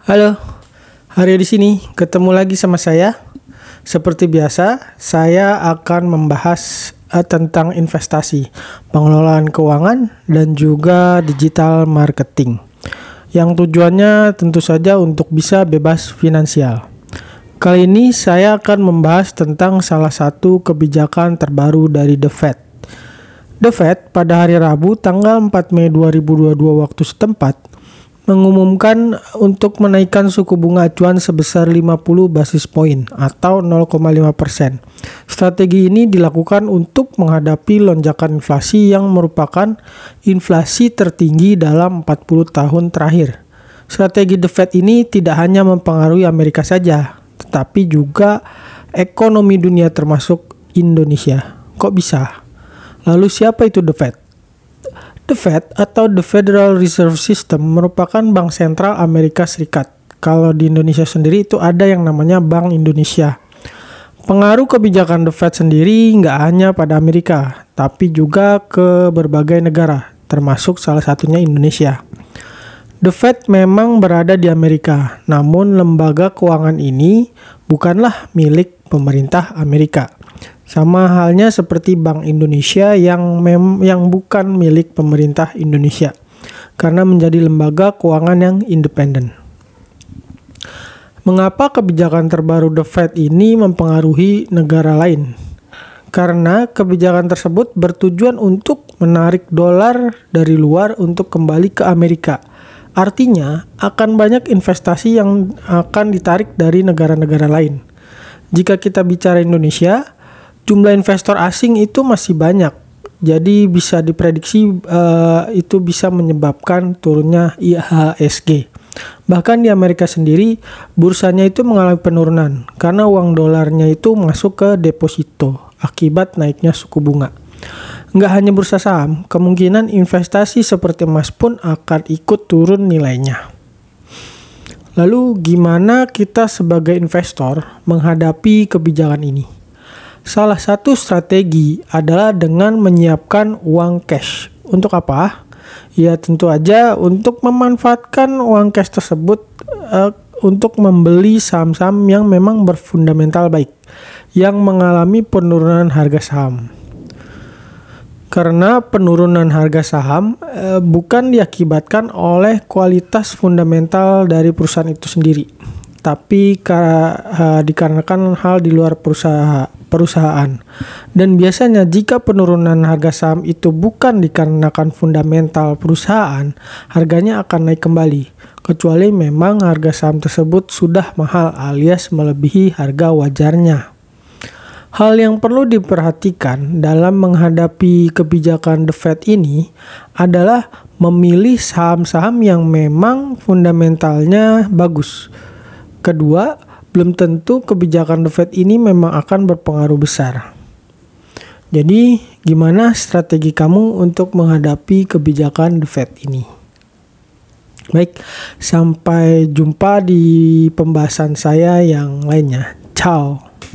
Halo, Arya di sini. Ketemu lagi sama saya. Seperti biasa, saya akan membahas tentang investasi, pengelolaan keuangan, dan juga digital marketing. Yang tujuannya tentu saja untuk bisa bebas finansial. Kali ini saya akan membahas tentang salah satu kebijakan terbaru dari The Fed. The Fed pada hari Rabu tanggal 4 Mei 2022 waktu setempat mengumumkan untuk menaikkan suku bunga acuan sebesar 50 basis poin atau 0,5%. Strategi ini dilakukan untuk menghadapi lonjakan inflasi yang merupakan inflasi tertinggi dalam 40 tahun terakhir. Strategi The Fed ini tidak hanya mempengaruhi Amerika saja, tetapi juga ekonomi dunia termasuk Indonesia. Kok bisa? Lalu siapa itu The Fed? The Fed atau The Federal Reserve System merupakan bank sentral Amerika Serikat. Kalau di Indonesia sendiri itu ada yang namanya Bank Indonesia. Pengaruh kebijakan The Fed sendiri nggak hanya pada Amerika, tapi juga ke berbagai negara, termasuk salah satunya Indonesia. The Fed memang berada di Amerika, namun lembaga keuangan ini bukanlah milik pemerintah Amerika. Sama halnya seperti Bank Indonesia yang bukan milik pemerintah Indonesia, karena menjadi lembaga keuangan yang independen. Mengapa kebijakan terbaru The Fed ini mempengaruhi negara lain? Karena kebijakan tersebut bertujuan untuk menarik dolar dari luar untuk kembali ke Amerika. Artinya, akan banyak investasi yang akan ditarik dari negara-negara lain. Jika kita bicara Indonesia, jumlah investor asing itu masih banyak. Jadi bisa diprediksi itu bisa menyebabkan turunnya IHSG. Bahkan di Amerika sendiri, bursanya itu mengalami penurunan karena uang dolarnya itu masuk ke deposito akibat naiknya suku bunga. Nggak hanya bursa saham, kemungkinan investasi seperti emas pun akan ikut turun nilainya. Lalu gimana kita sebagai investor menghadapi kebijakan ini? Salah satu strategi adalah dengan menyiapkan uang cash. Untuk apa? Ya tentu aja untuk memanfaatkan uang cash tersebut untuk membeli saham-saham yang memang berfundamental baik, yang mengalami penurunan harga saham. Karena penurunan harga saham bukan diakibatkan oleh kualitas fundamental dari perusahaan itu sendiri, tapi dikarenakan hal di luar perusahaan. Dan biasanya jika penurunan harga saham itu bukan dikarenakan fundamental perusahaan, harganya akan naik kembali, kecuali memang harga saham tersebut sudah mahal alias melebihi harga wajarnya. Hal yang perlu diperhatikan dalam menghadapi kebijakan The Fed ini adalah memilih saham-saham yang memang fundamentalnya bagus. Kedua, belum tentu kebijakan The Fed ini memang akan berpengaruh besar. Jadi, gimana strategi kamu untuk menghadapi kebijakan The Fed ini? Baik, sampai jumpa di pembahasan saya yang lainnya. Ciao.